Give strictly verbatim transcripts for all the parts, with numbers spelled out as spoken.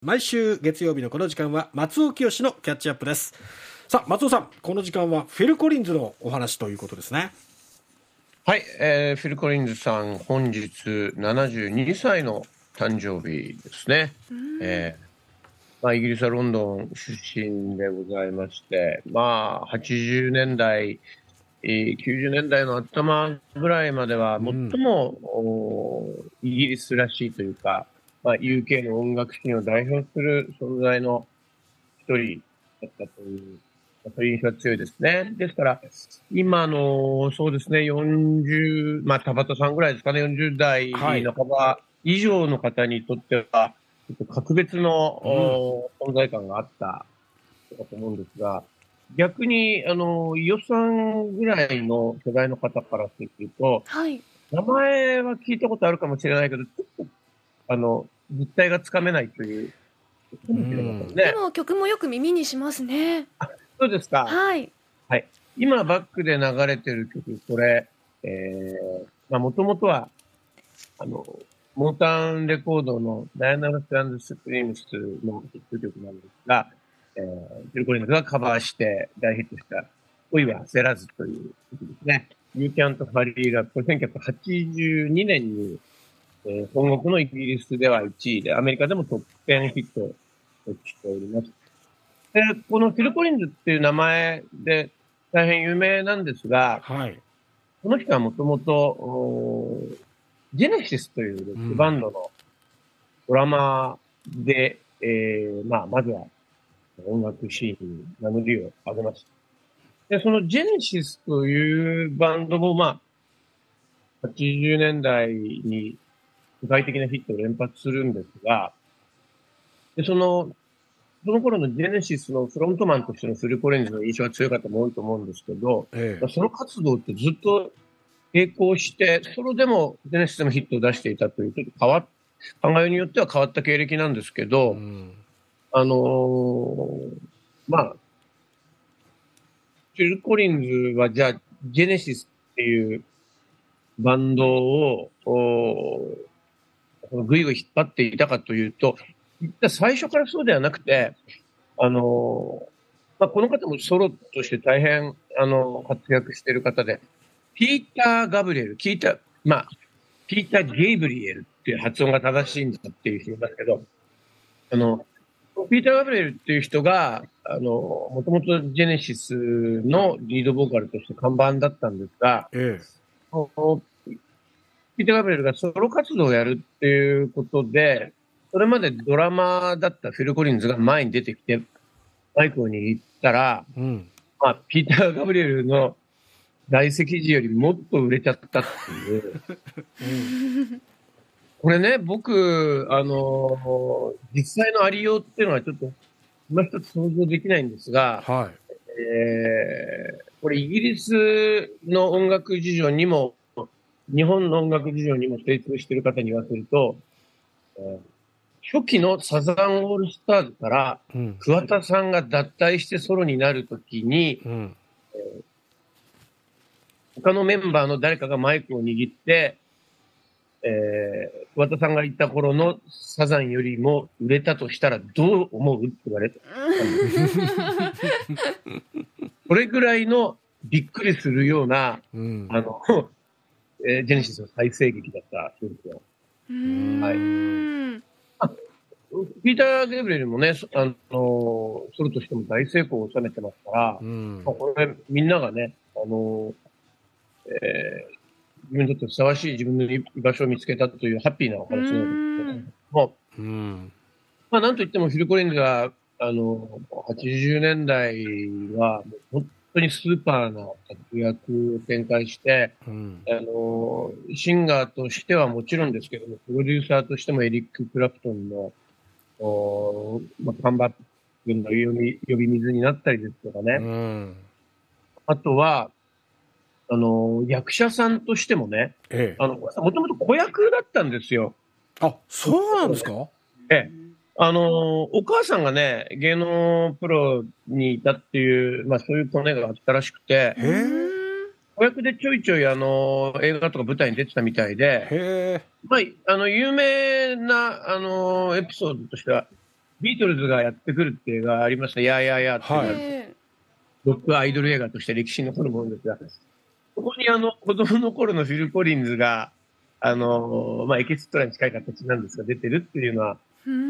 毎週月曜日のこの時間は松尾清のキャッチアップです。さあ松尾さん、この時間はフィル・コリンズのお話ということですね。 はい、えー、フィル・コリンズさん本日ななじゅうにさいの誕生日ですね。えーまあ、イギリスはロンドン出身でございまして、まあ、はちじゅうねんだい、えーきゅうじゅうねんだいの頭ぐらいまでは最も、おイギリスらしいというか、まあ、ユーケー の音楽シーンを代表する存在の一人だったという、そういう印象が強いですね。ですから、今の、そうですね、よんじゅう、まあ、田畑さんぐらいですかね、よんじゅうだい半ば以上の方にとっては、ちょっと格別の、うん、存在感があったと思うんですが、逆に、あの、伊代さんぐらいの世代の方からすると、 はい、 名前は聞いたことあるかもしれないけど、ちょっと、あの、実態がつかめないという、 うん、でも曲もよく耳にしますね。 あ、そうですか。 はい。 はい。今バックで流れてる曲、これ、えー、まあもともとは、あの、モータウンレコードのダイアナ・ロス&スプリームスのヒット曲なんですが、えー、フィル・コリンズがカバーして大ヒットした恋は焦らずという曲ですね。You Can't Hurry Love。これせんきゅうひゃくはちじゅうにねんに、えー、本国のイギリスではいちいで、アメリカでもトップじゅうヒットしております。で、このフィル・コリンズっていう名前で大変有名なんですが、 はい、 この人はもともと、ジェネシスというロックバンドのドラマーで、うん、えー、まあ、まずは音楽シーンに名乗りを上げました。で、そのジェネシスというバンドも、まあ、はちじゅうねんだいに世界的なヒットを連発するんですが、で、その、その頃のジェネシスのフロントマンとしてのフィル・コリンズの印象が強い方も多いと思うんですけど、ええ、その活動ってずっと並行して、ソロでもジェネシスでもヒットを出していたという、ちょっと変わっ、考えによっては変わった経歴なんですけど、うん、あのー、まあ、フィル・コリンズはじゃあ、ジェネシスっていうバンドを、ぐいぐい引っ張っていたかというと、最初からそうではなくて、あの、まあ、この方もソロとして大変、あの、活躍している方で、ピーター・ガブリエル、ピーター、まあ、ピーター・ゲイブリエルっていう発音が正しいんだっていう人いますけど、あの、ピーター・ガブリエルっていう人が、あの、もともとジェネシスのリードボーカルとして看板だったんですが、ええ、ピーター・ガブリエルがソロ活動をやるっていうことで、それまでドラマだったフィル・コリンズが前に出てきて、マイクを握ったら、うん、まあ、ピーター・ガブリエルの在籍時よりもっと売れちゃったっていう。うん、これね、僕、あの、実際のありようっていうのはちょっと、今一つ想像できないんですが、はい、えー、これイギリスの音楽事情にも、日本の音楽事情にも精通している方に言わせると、えー初期のサザンオールスターズから、うん、桑田さんが脱退してソロになるときに、うんえー、他のメンバーの誰かがマイクを握って、えー、桑田さんが言った頃のサザンよりも売れたとしたらどう思うって言われたんです。それぐらいのびっくりするような、うん、あの、えー、ジェネシスの再生劇だったそうですよ。はい。ピーター・ゲブリエルもね、あの、ソロとしても大成功を収めてますから、うん、まあ、これみんながね、あの、えー、自分にとってふさわしい自分の居場所を見つけたというハッピーなお話なんですけども、うん、まあなんといってもフィル・コリンズが、あの、はちじゅうねんだいは、本当にスーパーな活躍を展開して、うん、あの、シンガーとしてはもちろんですけども、プロデューサーとしてもエリック・クラプトンのおまあ、カンバックの呼び、呼び水になったりですとかね。うん、あとは、あの、役者さんとしてもね、ええ、あの、もともと子役だったんですよ。 あ、そうなんですか？ ええ。あの、お母さんがね、芸能プロにいたっていう、まあそういう骨があったらしくて、へー。子役でちょいちょいあの、映画とか舞台に出てたみたいで、へー。まあ、あの、有名な、あの、エピソードとしては、 ビートルズがやってくるっていう映画がありました。やーやーやーっていう、はい、ロックアイドル映画として歴史に残るものですが、そこにあの子供の頃のフィル・コリンズが、あのー、まあ、エキストラに近い形なんですが、出てるっていうのは。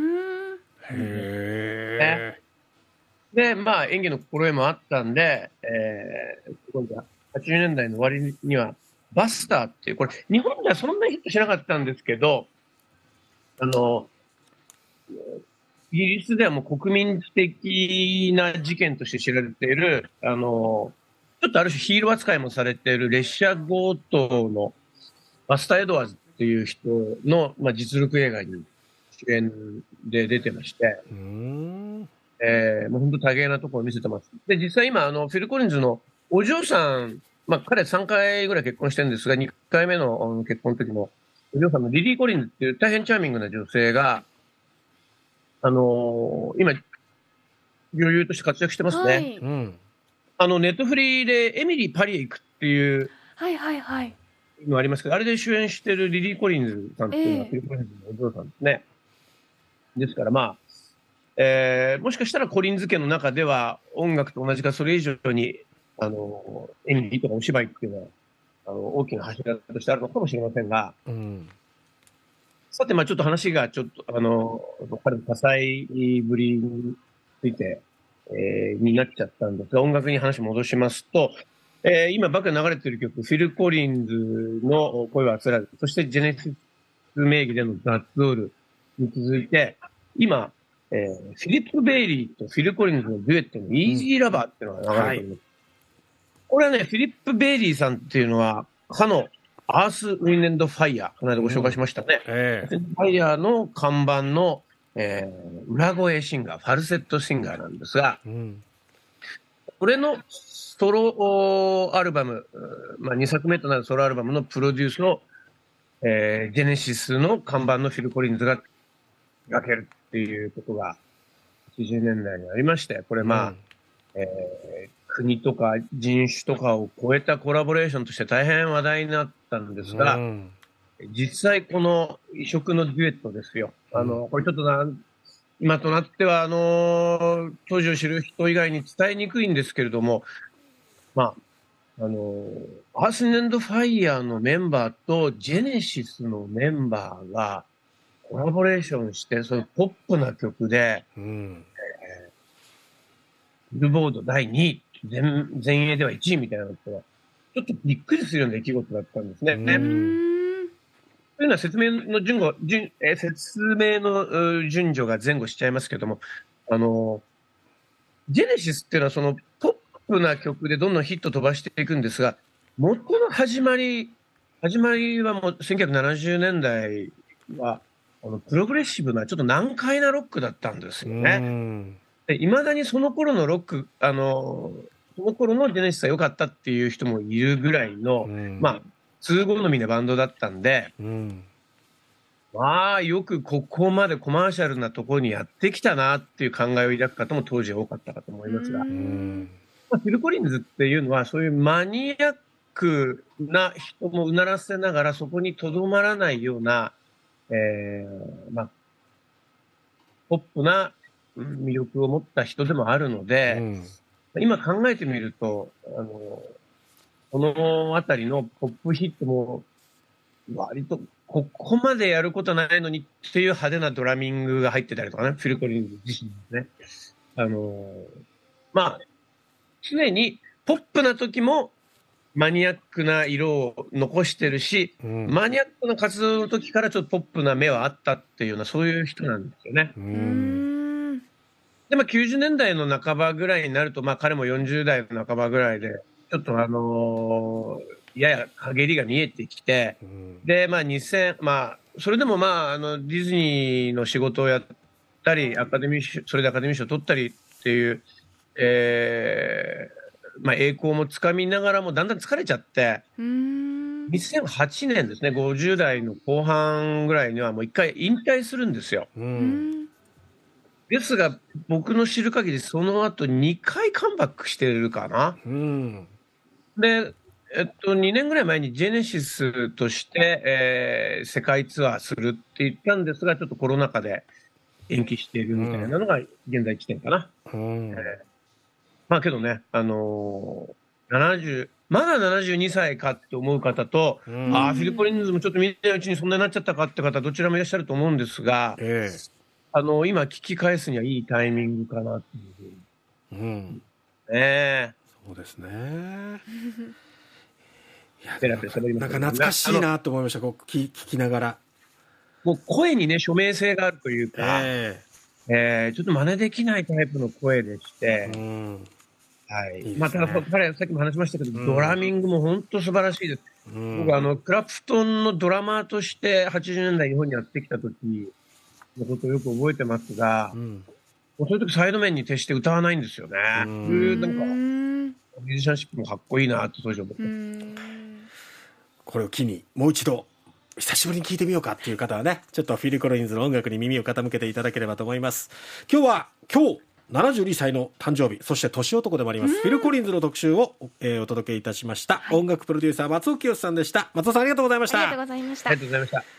へー。 で、まあ、演技の心得もあったんで、えー、今度ははちじゅうねんだいの終わりには、バスターっていう、これ、日本ではそんなにヒットしなかったんですけど、あの、イギリスではもう国民的な事件として知られている、あの、ちょっとある種ヒーロー扱いもされている列車強盗のバスター・エドワーズっていう人の、まあ、実力映画に主演で出てまして、うーん、えー、もう本当多芸なところを見せてます。で、実際今、あの、フィル・コリンズのお嬢さん、まあ、彼さんかいぐらい結婚してるんですが、にかいめの結婚の時も、お嬢さんのリリー・コリンズっていう大変チャーミングな女性が、あのー、今、女優として活躍してますね。はい、うん、あの、ネットフリーでエミリー・パリへ行くっていう、 はいはいはい。 のありますけど、あれで主演してるリリー・コリンズさんっていうのは、フィル・コリンズのお嬢さんですね。ですからまあ、えー、もしかしたらコリンズ家の中では音楽と同じかそれ以上に、あの、演技とかお芝居っていうのは、あの、大きな柱としてあるのかもしれませんが、うん、さて、まあちょっと話がちょっと、あの、彼の多彩ぶりについて、えー、になっちゃったんですが、音楽に話戻しますと、えー、今ばっかり流れている曲、フィル・コリンズの声はつらず、そしてジェネシス名義でのザッツオールに続いて、今、えー、フィリップ・ベイリーとフィル・コリンズのデュエットのイージー・ラバーっていうのが流れています。うん、はい、これはね、フィリップ・ベイリーさんっていうのは、かのアース・ウィンエンド・ファイヤー、この間ご紹介しましたね。うん、えー、ファイヤーの看板の、えー、裏声シンガー、ファルセットシンガーなんですが、うん、これのソロアルバム、まあ、にさくめとなるソロアルバムのプロデュースを、えー、ジェネシスの看板のフィル・コリンズが手掛けるっていうことがはちじゅうねんだいにありまして、これまあ、うん、えー、国とか人種とかを超えたコラボレーションとして大変話題になったんですが、うん、実際この異色のデュエットですよ。あの、これちょっとな、今となっては、あの、当時を知る人以外に伝えにくいんですけれども、まあ、あの、アース・エンド・ファイヤーのメンバーとジェネシスのメンバーがコラボレーションして、そのポップな曲で、うん、えー、ビルボードだいにい、全、全英ではいちいみたいなのって、ちょっとびっくりするような出来事だったんですね。うん、というのは説明の順序、順えー、説明の順序が前後しちゃいますけども、あの、ジェネシスっていうのはそのポップな曲でどんどんヒット飛ばしていくんですが、元の始まり、始まりはもうせんきゅうひゃくななじゅうねんだいは、あのプログレッシブなちょっと難解なロックだったんですよね。いまだにその頃のロック、あの、その頃のジェネシスは良かったっていう人もいるぐらいの、まあ、通好みなバンドだったんで、うん、まあ、よくここまでコマーシャルなところにやってきたなっていう考えを抱く方も当時多かったかと思いますが、うんまあ、フィル・コリンズっていうのはそういうマニアックな人もうならせながらそこにとどまらないような、えー、まあ、ポップな魅力を持った人でもあるので、うん、今考えてみると、あの、このあたりのポップヒットも割とここまでやることないのにっていう派手なドラミングが入ってたりとかね、フィル・コリンズ自身ですね。あの、まあ、常にポップな時もマニアックな色を残してるし、うん、マニアックな活動の時からちょっとポップな目はあったっていうような、そういう人なんですよね。うんで、まあ、きゅうじゅうねんだいの半ばぐらいになると、まあ、彼もよんじゅうだいの半ばぐらいで、ちょっとあのー、やや陰りが見えてきて、うん、で、まあ、にせん、まあ、それでもまあ、あの、ディズニーの仕事をやったり、アカデミー賞、それでアカデミー賞を取ったりっていう、えー、まあ、栄光もつかみながらもだんだん疲れちゃって、にせんはちねんですね、ごじゅうだいの後半ぐらいにはもう一回引退するんですよ。うんですが、僕の知る限りその後にかいカムバックしてるかな。うんで、えっと、にねんぐらい前にジェネシスとして、えー、世界ツアーするって言ったんですが、ちょっとコロナ禍で延期しているみたいなのが現在地点かな。うんえー、まあけどね、あのー、ななじゅうまだななじゅうにさいかって思う方と、うん、ああ、フィル・コリンズもちょっと見ないうちにそんなになっちゃったかって方、どちらもいらっしゃると思うんですが、えー、あのー、今聞き返すにはいいタイミングかなっていうふうに。うんね、 そうですね。いやペラペラ喋りまなんか懐かしいなと思いました。こう聞, 聞きながら。 もう声にね署名性があるというか、えーえー、ちょっと真似できないタイプの声でして、うんはい。いいね、まあ、ただ彼さっきも話しましたけど、うん、ドラミングも本当素晴らしいです。うん、僕あのクラプトンのドラマーとしてはちじゅうねんだい日本にやってきた時のことをよく覚えてますが、うん、もうそういう時サイド面に徹して歌わないんですよね。そういうなんかミュージシャンシップもかっこいいなと当時思って。 これを機にもう一度久しぶりに聴いてみようかっていう方はね、ちょっとフィル・コリンズの音楽に耳を傾けていただければと思います。今日は今日ななじゅうにさいの誕生日、そして年男でもありますフィル・コリンズの特集を、えー、お届けいたしました、はい、音楽プロデューサー松尾清さんでした。松尾さんありがとうございました。 ありがとうございました。 ありがとうございました。